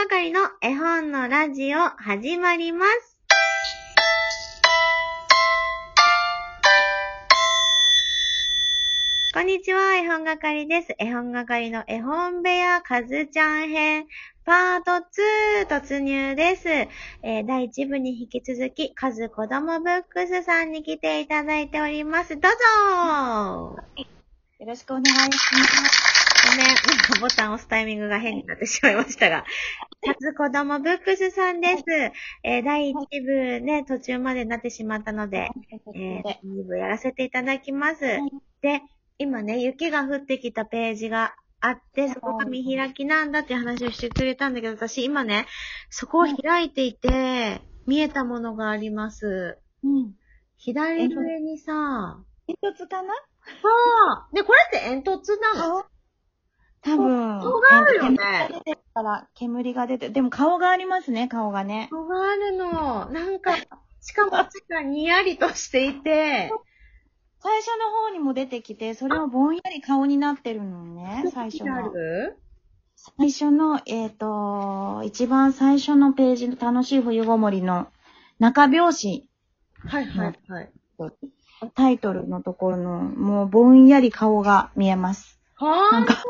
係の絵本のラジオ始まります。こんにちは、絵本係です。絵本係の絵本部屋かずちゃん編パート2突入です。第1部に引き続きかず子供ブックスさんに来ていただいております。どうぞ。 よろしくお願いします。 ごめん、なんかボタンを押すタイミングが変になってしまいましたが。かず子供ブックスさんです。第1部ね、途中までになってしまったので、2部やらせていただきます。で、今ね、雪が降ってきたページがあって、そこが見開きなんだっていう話をしてくれたんだけど、私今ね、そこを開いていて、見えたものがあります。左上にさ、 煙突かな？ で、これって煙突なの？ 多分。 顔があるよね。 煙が出て、でも顔がありますね、顔がね。 顔があるの。なんか、しかもちがにやりとしていて、 最初の方にも出てきて、それはぼんやり顔になってるのね、最初の。最初の、一番最初のページの楽しい冬ごもりの中表紙。 はいはいはい。 タイトルのところの、もうぼんやり顔が見えます。 ほんとだ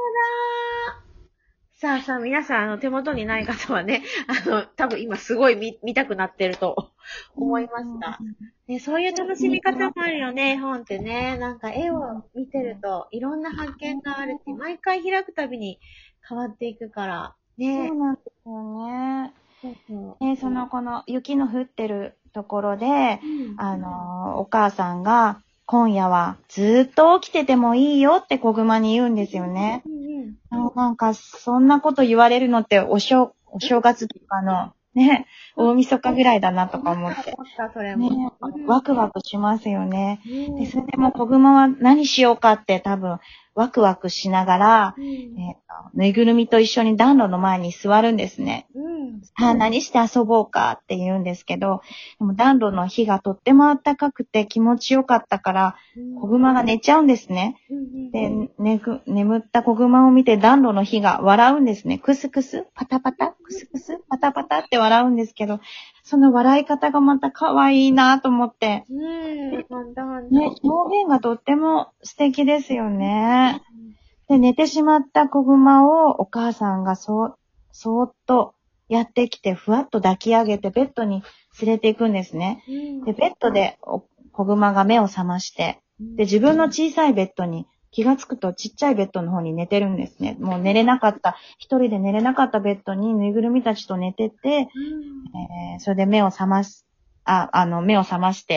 ー。さあ、皆さん、手元にない方はね、多分今すごい見たくなってると思いました。ね、そういう楽しみ方もあるよね、絵本ってね。なんか絵を見てると、いろんな発見があるし、毎回開くたびに変わっていくから。ね。 そうなんですよね。この雪の降ってるところで、お母さんが、今夜はずっと起きててもいいよって子熊に言うんですよね。なんか、そんなこと言われるのってお正月とかの、ね、大晦日ぐらいだなとか思って。ね、ワクワクしますよね。で、それでも子熊は何しようかって多分、ワクワクしながら、ぬいぐるみと一緒に暖炉の前に座るんですね。何して遊ぼうかって言うんですけど、でも暖炉の火がとっても暖かくて気持ちよかったから、子熊が寝ちゃうんですね。で、眠った子熊を見て暖炉の火が笑うんですね。クスクス、パタパタ、クスクス、パタパタって笑うんですけど、その笑い方がまた可愛いなと思って。ね、表現がとっても素敵ですよね。で、寝てしまった子熊をお母さんがそーっとやってきて、ふわっと抱き上げてベッドに連れて行くんですね。で、ベッドで子熊が目を覚まして、で、自分の小さいベッドに気がつくとちっちゃいベッドの方に寝てるんですね。もう一人で寝れなかったベッドにぬいぐるみたちと寝てて、それで目を覚まして、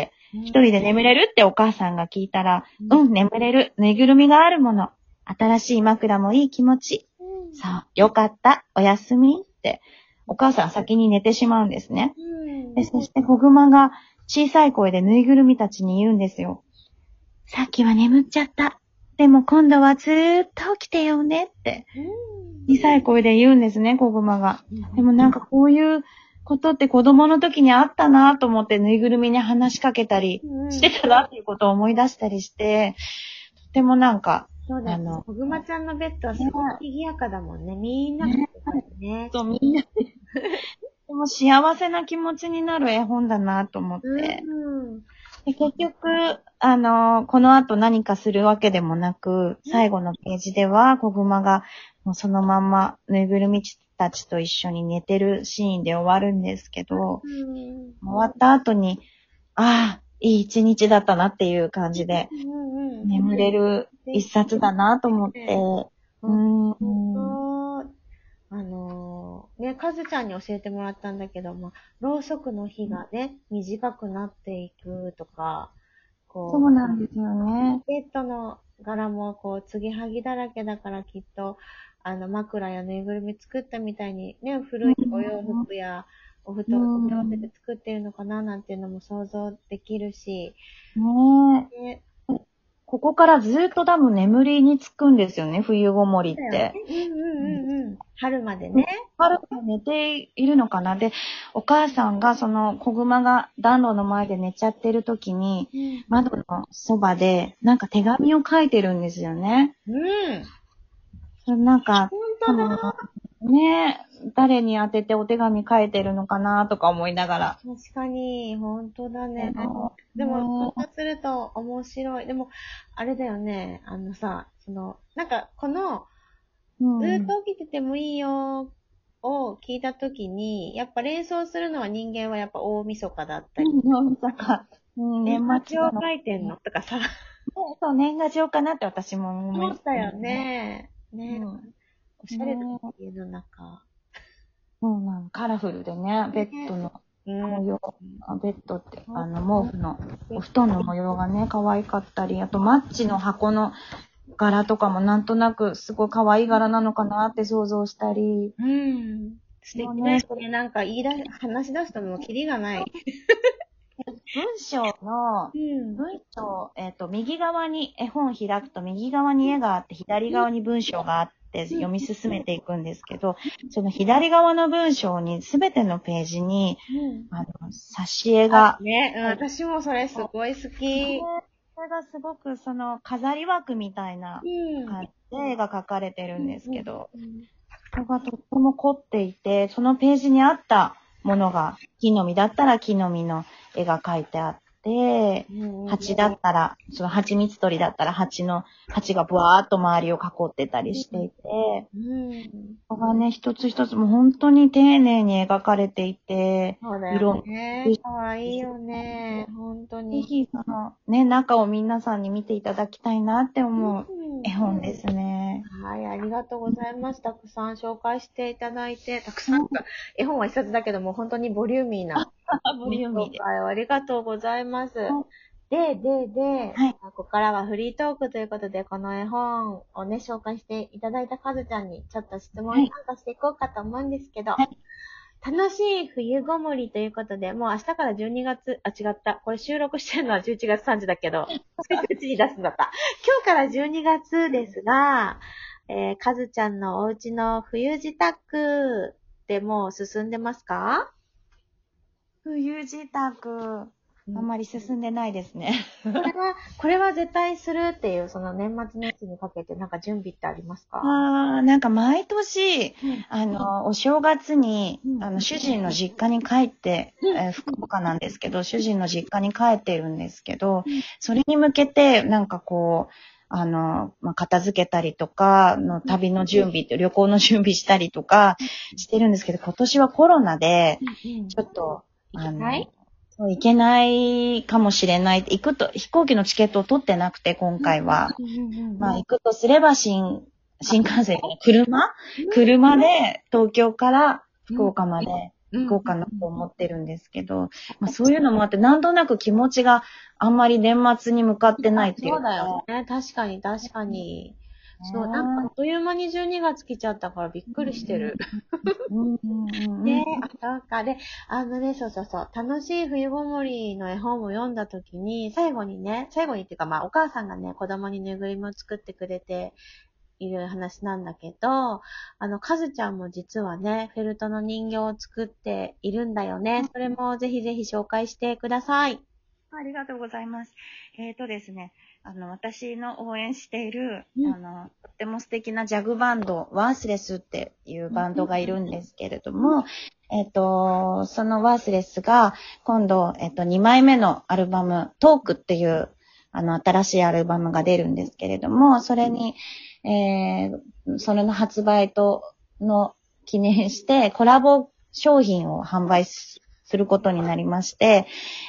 一人で眠れるってお母さんが聞いたら、眠れる。ぬいぐるみがあるもの。新しい枕もいい気持ち。そう、よかった。おやすみって、お母さん先に寝てしまうんですね。で、そして子熊が小さい声でぬいぐるみたちに言うんですよ。さっきは眠っちゃった。でも今度はずーっと起きてよねって、小さい声で言うんですね、子熊が。でもなんかこういうことって子供の時にあったなと思ってぬいぐるみに話しかけたりしてたなっていうことを思い出したりして、とてもなんか、 そうだね。子熊ちゃんのベッドはすごく賑やかだもんね。みんなでね。 そう、みんなで。でも幸せな気持ちになる絵本だなと思って。で結局、この後何かするわけでもなく、最後のページでは子熊がもうそのまんまぬいぐるみたちと一緒に寝てるシーンで終わるんですけど、終わった後に、いい一日だったなっていう感じで、眠れる一冊だなと思って。かずちゃんに教えてもらったんだけども、ろうそくの火がね、短くなっていくとか、そうなんですよね。 ベッドの柄も継ぎはぎだらけだからきっと、枕やぬいぐるみ作ったみたいにね、古いお洋服やお布団を合わせて作ってるのかななんていうのも想像できるし、ここからずっと多分眠りにつくんですよね、冬ごもりって。春までね。春まで寝ているのかな。で、お母さんがその子熊が暖炉の前で寝ちゃってる時に、窓のそばでなんか手紙を書いてるんですよね。なんか、ね、 誰に当ててお手紙書いてるのかなとか思いながら。 確かに、本当だね。でも、そうすると面白い。でも、あれだよね。さ、なんか、この、ずっと起きててもいいよを聞いたときに、やっぱ連想するのは人間はやっぱ大晦日だったり。 大晦日。 年末を書いてんのとかさ。 そう、年賀状かなって私も思思ったよね。ね、おしゃれだね、家の中。 そうなの。カラフルでね、ベッドの模様、ベッドって、毛布の、お布団の模様がね、可愛かったり、あとマッチの箱の柄とかもなんとなくすごい可愛い柄なのかなって想像したり。 素敵ですね。なんか話し出すともうキリがない。 文章、右側に絵本開くと右側に絵があって左側に文章があって読み進めていくんですけど、その左側の文章に全てのページに、挿絵が。 ね、私もそれすごい好き。 それがすごく飾り枠みたいな感じで絵が描かれてるんですけど、それがとっても凝っていて、そのページに合ったものが、木の実だったら木の実の絵が描いてあってで、蜂だったら、その蜂蜜取りだったら蜂がブワーっと周りを囲ってたりしていて、ここがね、一つ一つも本当に丁寧に描かれていて、 そうだよね。かわいいよね。本当に。 ぜひ、中を皆さんに見ていただきたいなって思う絵本ですね。 はい、ありがとうございます。たくさん紹介していただいて、たくさん、絵本は一冊だけども、本当にボリューミーな。 ボリューミーで。 ありがとうございます。で、ここからはフリートークということで、この絵本をね、紹介していただいたカズちゃんに、ちょっと質問に参加していこうかと思うんですけど、楽しい冬ごもりということで、もう明日から12月、違った。これ収録してるのは11月3日だけど、1日に出すんだった。今日から12月ですが、カズちゃんのお家の冬支度ってもう進んでますか？ 冬支度、あんまり進んでないですね。 これは絶対するっていう、その年末年始にかけてなんか準備ってありますか？ なんか毎年、お正月に、主人の実家に帰って、福岡なんですけど、主人の実家に帰ってるんですけど、それに向けて、なんかこう、片付けたりとか、旅の準備、旅行の準備したりとかしてるんですけど、今年はコロナで、ちょっと、行けないかもしれない。飛行機のチケットを取ってなくて、今回は。行くとすれば新幹線、車で東京から福岡まで行こうかなと思ってるんですけど、そういうのもあって、なんとなく気持ちがあんまり年末に向かってないっていうか。 そうだよね。確かに。そう、なんかあっという間に12月来ちゃったからびっくりしてる。そうか。で、そう。楽しい冬ごもりの絵本を読んだときに、最後にっていうかお母さんがね、子供にぬいぐるみを作ってくれている話なんだけど、カズちゃんも実はね、フェルトの人形を作っているんだよね。それもぜひぜひ紹介してください。 ありがとうございます。ですね、私の応援している、とっても素敵なジャグバンド、ワースレスっていうバンドがいるんですけれども、そのワースレスが、今度、2枚目のアルバム、トークっていう、新しいアルバムが出るんですけれども、それに、それの発売の記念して、コラボ商品を販売することになりまして、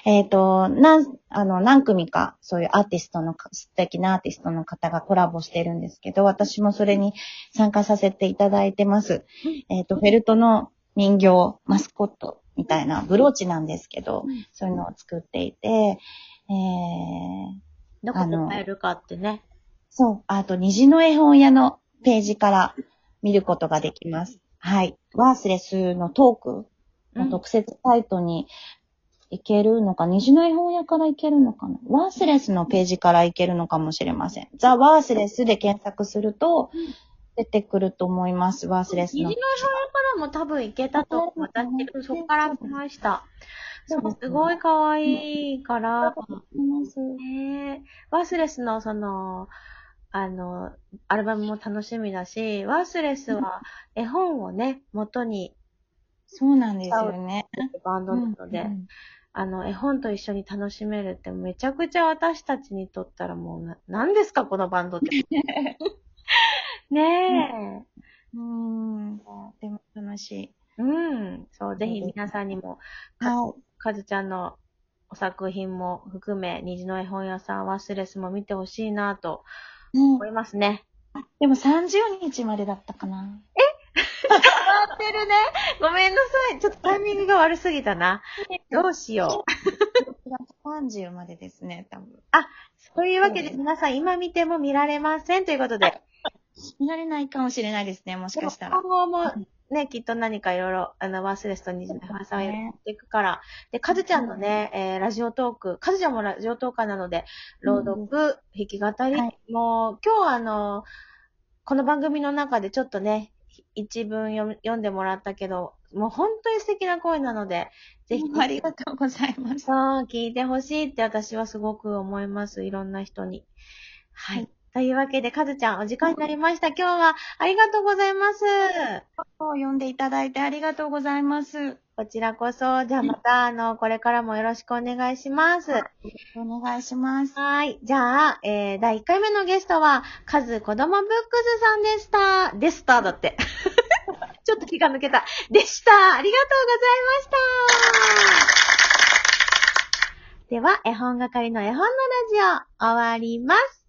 何組か、そういう素敵なアーティストの方がコラボしてるんですけど、私もそれに参加させていただいてます。フェルトの人形、マスコットみたいなブローチなんですけど、そういうのを作っていて、 どこで買えるかってね。 そう、あと虹の絵本屋のページから見ることができます。はい。ワースレスのトークの特設サイトに行けるのか、虹の絵本屋から行けるのかな、ワースレスのページから行けるのかもしれません。ザ・ワースレスで検索すると出てくると思います。ワースレスの。 虹の絵本屋からも多分行けたと思う。私、そこから来ました。そう、すごい可愛いから、ワースレスのアルバムも楽しみだし、ワースレスは絵本をね、元にそうなんですよね。 バンドなので、絵本と一緒に楽しめるってめちゃくちゃ私たちにとったらもう何ですかこのバンドって。ねえ。 でも楽しい。 そう、ぜひ皆さんにも、かずちゃんのお作品も含め、虹の絵本屋さんワスレスも見てほしいなと思いますね。 でも30日までだったかな。 待ってるね。ごめんなさい。ちょっとタイミングが悪すぎたな。どうしよう。30までですね、多分。 そういうわけで皆さん今見ても見られませんということで。 見られないかもしれないですね、もしかしたら。 今後もね、きっと何かいろいろ、ワスレスと虹の絵本屋さんをやっていくから。で、かずちゃんのね、ラジオトーク、かずちゃんもラジオトーカーなので、朗読、弾き語り、もう今日この番組の中でちょっとね、一文読んでもらったけど、もう本当に素敵な声なので、ぜひ、 ありがとうございます。 聞いてほしいって私はすごく思います。いろんな人に。はい。というわけで、かずちゃん、お時間になりました。今日はありがとうございます。 読んでいただいてありがとうございます。 こちらこそ、じゃあまた、これからもよろしくお願いします。 お願いします。 はい。じゃあ、第1回目のゲストは、カズ子供ブックスさんでした。でしただって。ちょっと気が抜けた。でした。ありがとうございました。では、絵本係の絵本のラジオ、終わります。